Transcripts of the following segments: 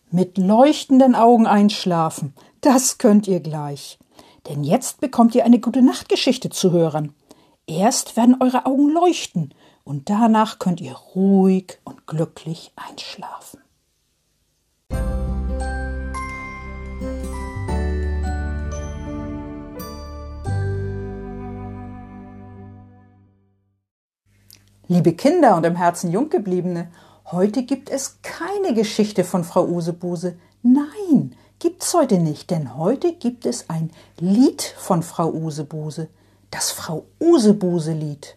Mit leuchtenden Augen einschlafen, das könnt ihr gleich. Denn jetzt bekommt ihr eine Gute-Nacht-Geschichte zu hören. Erst werden eure Augen leuchten und danach könnt ihr ruhig und glücklich einschlafen. Liebe Kinder und im Herzen Junggebliebene, heute gibt es keine Geschichte von Frau Usebuse. Nein, gibt's heute nicht, denn heute gibt es ein Lied von Frau Usebuse, das Frau Usebuse-Lied.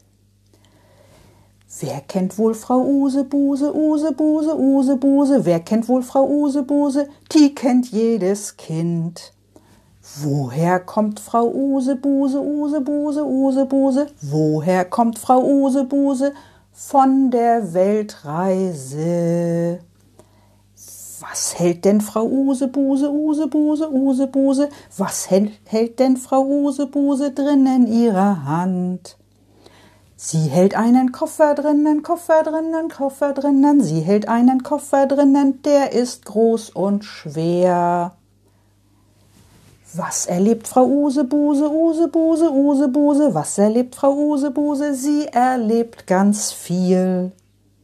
Wer kennt wohl Frau Usebuse, Usebuse, Usebuse? Wer kennt wohl Frau Usebuse? Die kennt jedes Kind. Woher kommt Frau Usebuse, Usebuse, Usebuse? Woher kommt Frau Usebuse? Von der Weltreise. Was hält denn Frau Usebuse, Usebuse, Usebuse? Was hält denn Frau Usebuse drin in ihrer Hand? Sie hält einen Koffer drinnen, Koffer drinnen, Koffer drinnen. Sie hält einen Koffer drinnen, der ist groß und schwer. Was erlebt Frau Usebuse, Usebuse, Usebuse? Was erlebt Frau Usebuse? Sie erlebt ganz viel.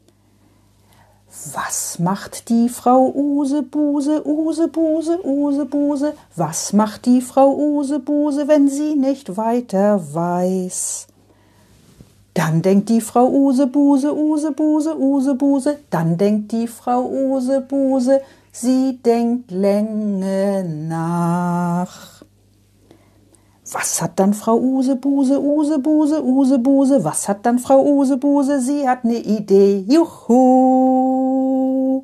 Was macht die Frau Usebuse, Usebuse, Usebuse? Was macht die Frau Usebuse, wenn sie nicht weiter weiß? Dann denkt die Frau Usebuse, Usebuse, Usebuse. Dann denkt die Frau Usebuse, sie denkt Länge nach. Was hat dann Frau Usebuse, Usebuse, Usebuse? Was hat dann Frau Usebuse? Sie hat eine Idee. Juhu!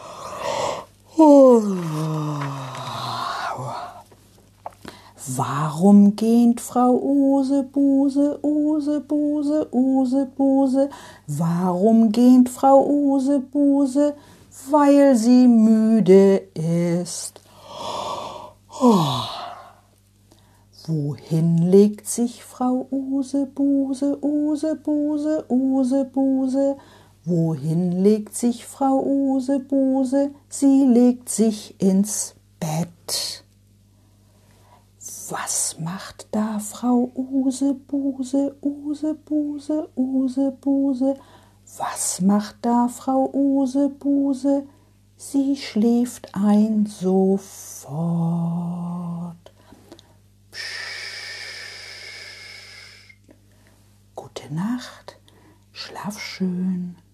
Warum gähnt Frau Usebuse, Usebuse, Usebuse? Warum gähnt Frau Usebuse? Weil sie müde ist. Wohin legt sich Frau Usebuse, Usebuse, Usebuse? Wohin legt sich Frau Usebuse? Sie legt sich ins Bett. Was macht da Frau Usebuse, Usebuse, Usebuse? Was macht da Frau Usebuse? Sie schläft ein sofort. Psst. Gute Nacht, schlaf schön.